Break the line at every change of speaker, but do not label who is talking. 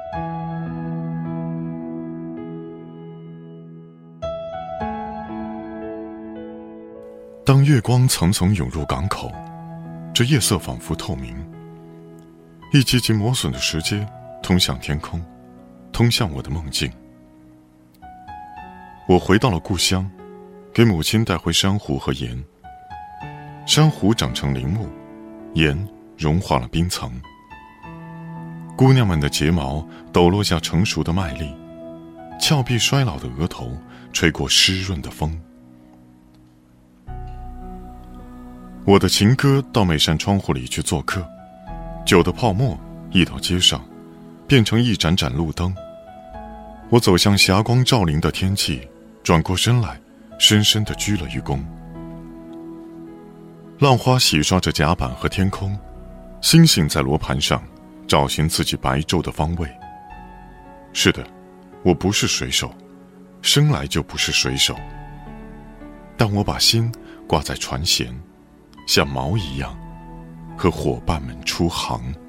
当月光层层涌入港口，这夜色仿佛透明，一级级磨损的石阶通向天空，通向我的梦境。我回到了故乡，给母亲带回珊瑚和盐。珊瑚长成林木，盐融化了冰层。姑娘们的睫毛抖落下成熟的麦粒，峭壁衰老的额头吹过湿润的风。我的情歌到每扇窗户里去做客，酒的泡沫溢到街上，变成一盏盏路灯。我走向霞光照临的天气，转过身来，深深地鞠了一躬。浪花洗刷着甲板和天空，星星在罗盘上找寻自己白昼的方位。是的，我不是水手，生来就不是水手，但我把心挂在船舷，像锚一样，和伙伴们出航。